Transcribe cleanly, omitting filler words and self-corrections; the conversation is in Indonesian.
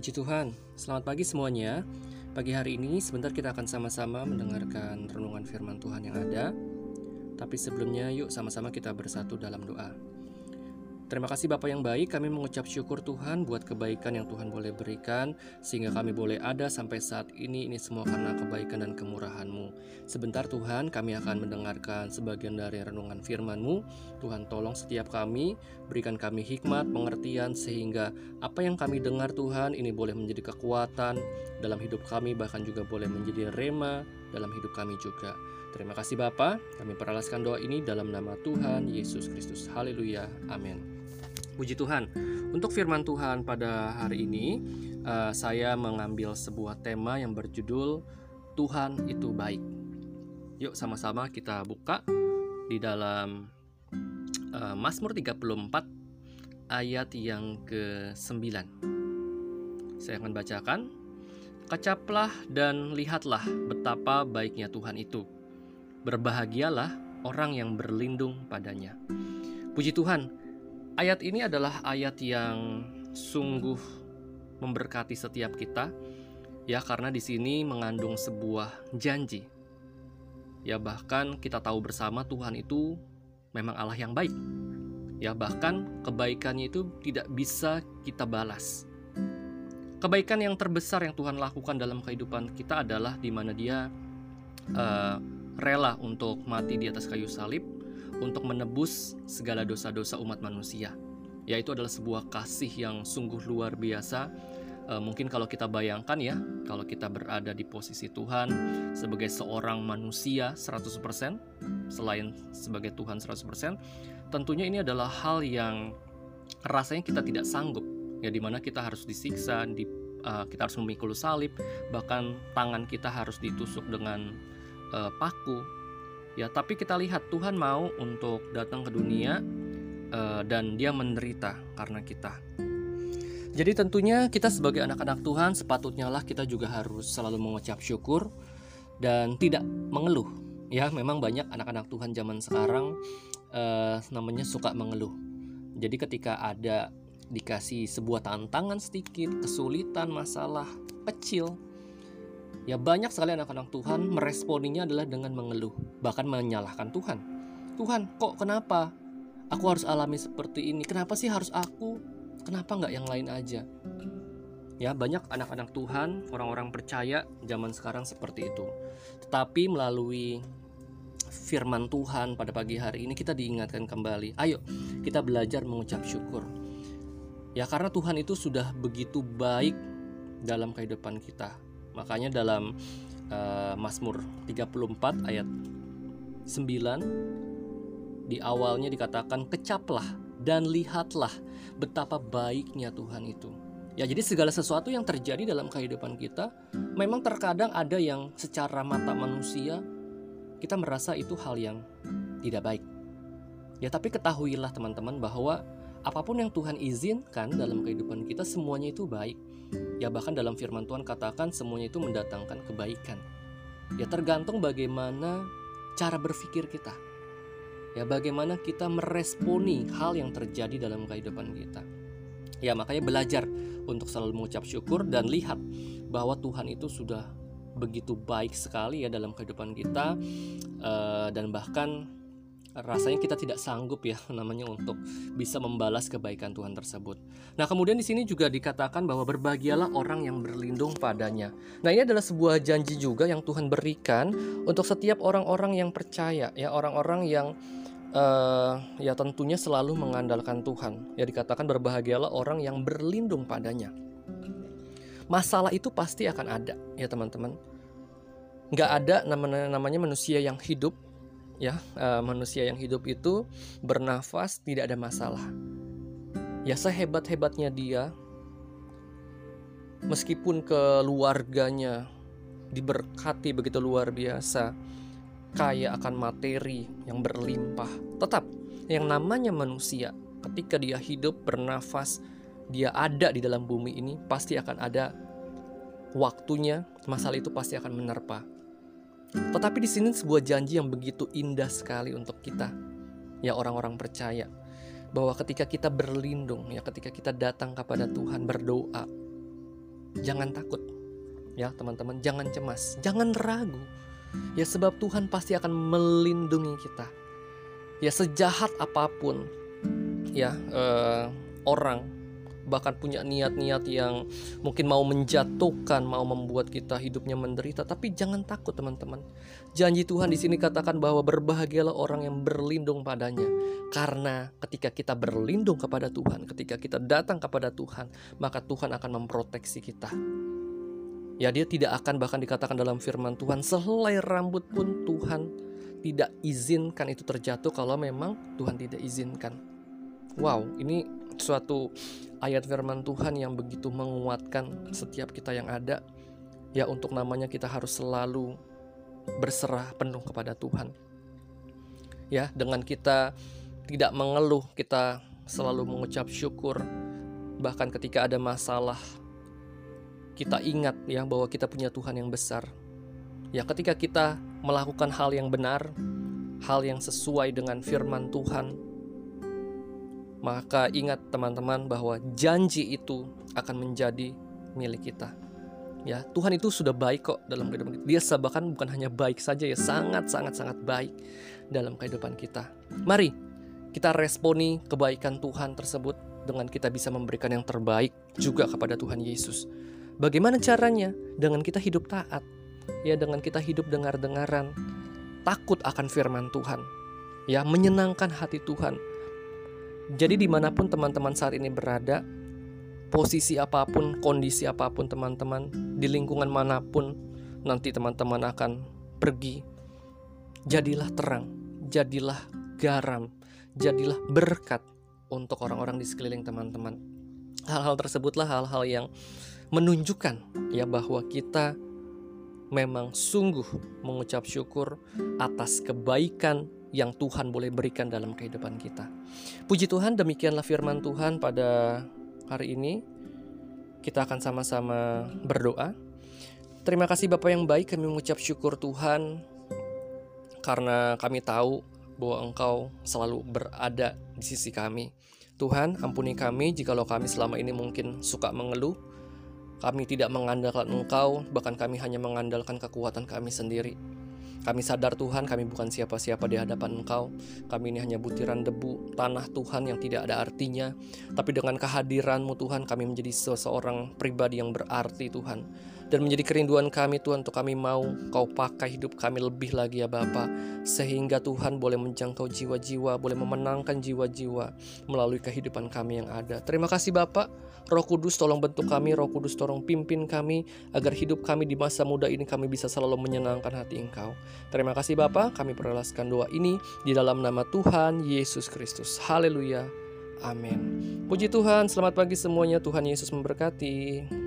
Puji Tuhan, selamat pagi semuanya. Pagi hari ini sebentar kita akan sama-sama mendengarkan renungan firman Tuhan yang ada. Tapi sebelumnya yuk sama-sama kita bersatu dalam doa. Terima kasih Bapa yang baik, kami mengucap syukur Tuhan buat kebaikan yang Tuhan boleh berikan, sehingga kami boleh ada sampai saat ini semua karena kebaikan dan kemurahan-Mu. Sebentar Tuhan, kami akan mendengarkan sebagian dari renungan firman-Mu. Tuhan tolong setiap kami, berikan kami hikmat, pengertian, sehingga apa yang kami dengar Tuhan, ini boleh menjadi kekuatan dalam hidup kami, bahkan juga boleh menjadi rema dalam hidup kami juga. Terima kasih Bapa, kami peralaskan doa ini dalam nama Tuhan Yesus Kristus. Haleluya, amin. Puji Tuhan, untuk firman Tuhan pada hari ini saya mengambil sebuah tema yang berjudul Tuhan itu baik. Yuk sama-sama kita buka di dalam Mazmur 34 ayat yang ke-9. Saya akan bacakan. Kecaplah dan lihatlah betapa baiknya Tuhan itu. Berbahagialah orang yang berlindung padanya. Puji Tuhan, ayat ini adalah ayat yang sungguh memberkati setiap kita, ya, karena di sini mengandung sebuah janji. Ya, bahkan kita tahu bersama Tuhan itu memang Allah yang baik. Ya, bahkan kebaikannya itu tidak bisa kita balas. Kebaikan yang terbesar yang Tuhan lakukan dalam kehidupan kita adalah di mana Dia rela untuk mati di atas kayu salib untuk menebus segala dosa-dosa umat manusia. Ya, itu adalah sebuah kasih yang sungguh luar biasa. Mungkin kalau kita bayangkan ya, kalau kita berada di posisi Tuhan sebagai seorang manusia 100%, selain sebagai Tuhan 100%, tentunya ini adalah hal yang rasanya kita tidak sanggup. Ya, dimana kita harus disiksa, kita harus memikul salib, bahkan tangan kita harus ditusuk dengan paku. Ya, tapi kita lihat Tuhan mau untuk datang ke dunia dan Dia menderita karena kita. Jadi tentunya kita sebagai anak-anak Tuhan sepatutnya lah kita juga harus selalu mengucap syukur dan tidak mengeluh. Ya, memang banyak anak-anak Tuhan zaman sekarang namanya suka mengeluh. Jadi ketika ada dikasih sebuah tantangan sedikit, kesulitan, masalah kecil, ya banyak sekali anak-anak Tuhan meresponinya adalah dengan mengeluh, bahkan menyalahkan Tuhan. Tuhan, kok kenapa aku harus alami seperti ini? Kenapa sih harus aku? Kenapa nggak yang lain aja? Ya, banyak anak-anak Tuhan, orang-orang percaya zaman sekarang seperti itu. Tetapi melalui firman Tuhan pada pagi hari ini kita diingatkan kembali, ayo kita belajar mengucap syukur. Ya, karena Tuhan itu sudah begitu baik dalam kehidupan kita. Makanya dalam Mazmur 34 ayat 9 di awalnya dikatakan, kecaplah dan lihatlah betapa baiknya Tuhan itu. Ya, jadi segala sesuatu yang terjadi dalam kehidupan kita memang terkadang ada yang secara mata manusia kita merasa itu hal yang tidak baik. Ya, tapi ketahuilah teman-teman bahwa apapun yang Tuhan izinkan dalam kehidupan kita semuanya itu baik. Ya, bahkan dalam firman Tuhan katakan semuanya itu mendatangkan kebaikan. Ya, tergantung bagaimana cara berpikir kita. Ya, bagaimana kita meresponi hal yang terjadi dalam kehidupan kita. Ya, makanya belajar untuk selalu mengucap syukur dan lihat bahwa Tuhan itu sudah begitu baik sekali ya dalam kehidupan kita, dan bahkan rasanya kita tidak sanggup ya namanya untuk bisa membalas kebaikan Tuhan tersebut. Nah, kemudian di sini juga dikatakan bahwa berbahagialah orang yang berlindung padanya. Nah, ini adalah sebuah janji juga yang Tuhan berikan untuk setiap orang-orang yang percaya, ya, orang-orang yang ya tentunya selalu mengandalkan Tuhan. Ya, dikatakan berbahagialah orang yang berlindung padanya. Masalah itu pasti akan ada, ya teman-teman. Nggak ada namanya manusia yang hidup. Ya, manusia yang hidup itu bernafas tidak ada masalah. Ya, sehebat-hebatnya dia, meskipun keluarganya diberkati begitu luar biasa, kaya akan materi yang berlimpah, tetap yang namanya manusia ketika dia hidup bernafas, dia ada di dalam bumi ini, pasti akan ada waktunya, masalah itu pasti akan menerpa. Tetapi di sini sebuah janji yang begitu indah sekali untuk kita, ya orang-orang percaya, bahwa ketika kita berlindung, ya ketika kita datang kepada Tuhan berdoa, Jangan takut. Ya teman-teman, jangan cemas, jangan ragu. Ya sebab Tuhan pasti akan melindungi kita. Ya sejahat apapun ya orang bahkan punya niat-niat yang mungkin mau menjatuhkan, mau membuat kita hidupnya menderita, tapi jangan takut teman-teman. Janji Tuhan di sini katakan bahwa berbahagialah orang yang berlindung padanya. Karena ketika kita berlindung kepada Tuhan, ketika kita datang kepada Tuhan, maka Tuhan akan memproteksi kita. Ya, dia tidak akan, bahkan dikatakan dalam firman Tuhan, sehelai rambut pun Tuhan tidak izinkan itu terjatuh kalau memang Tuhan tidak izinkan. Wow, ini suatu ayat firman Tuhan yang begitu menguatkan setiap kita yang ada. Ya, untuk namanya kita harus selalu berserah penuh kepada Tuhan. Ya, dengan kita tidak mengeluh, kita selalu mengucap syukur. Bahkan ketika ada masalah, kita ingat ya bahwa kita punya Tuhan yang besar. Ya, ketika kita melakukan hal yang benar, hal yang sesuai dengan firman Tuhan, maka ingat teman-teman bahwa janji itu akan menjadi milik kita. Ya, Tuhan itu sudah baik kok dalam kehidupan kita. Dia bahkan bukan hanya baik saja ya, sangat baik dalam kehidupan kita. Mari kita responi kebaikan Tuhan tersebut dengan kita bisa memberikan yang terbaik juga kepada Tuhan Yesus. Bagaimana caranya? Dengan kita hidup taat. Ya, dengan kita hidup dengar-dengaran, takut akan firman Tuhan. Ya, menyenangkan hati Tuhan. Jadi dimanapun teman-teman saat ini berada, posisi apapun, kondisi apapun teman-teman, di lingkungan manapun nanti teman-teman akan pergi, jadilah terang, jadilah garam, jadilah berkat untuk orang-orang di sekeliling teman-teman. Hal-hal tersebutlah hal-hal yang menunjukkan ya bahwa kita memang sungguh mengucap syukur atas kebaikan yang Tuhan boleh berikan dalam kehidupan kita. Puji Tuhan, demikianlah firman Tuhan pada hari ini. Kita akan sama-sama berdoa. Terima kasih Bapa yang baik, kami mengucap syukur Tuhan karena kami tahu bahwa Engkau selalu berada di sisi kami. Tuhan, ampuni kami jikalau kami selama ini mungkin suka mengeluh. Kami tidak mengandalkan Engkau, bahkan kami hanya mengandalkan kekuatan kami sendiri. Kami sadar Tuhan, kami bukan siapa-siapa di hadapan Engkau. Kami ini hanya butiran debu, tanah Tuhan yang tidak ada artinya. Tapi dengan kehadiran-Mu Tuhan, kami menjadi seseorang pribadi yang berarti Tuhan. Dan menjadi kerinduan kami Tuhan, untuk kami mau Kau pakai hidup kami lebih lagi ya Bapa, sehingga Tuhan boleh menjangkau jiwa-jiwa, boleh memenangkan jiwa-jiwa melalui kehidupan kami yang ada. Terima kasih Bapa. Roh Kudus tolong bentuk kami, Roh Kudus tolong pimpin kami, agar hidup kami di masa muda ini kami bisa selalu menyenangkan hati Engkau. Terima kasih Bapa, kami perlaskan doa ini di dalam nama Tuhan Yesus Kristus. Haleluya, amin. Puji Tuhan, selamat pagi semuanya, Tuhan Yesus memberkati.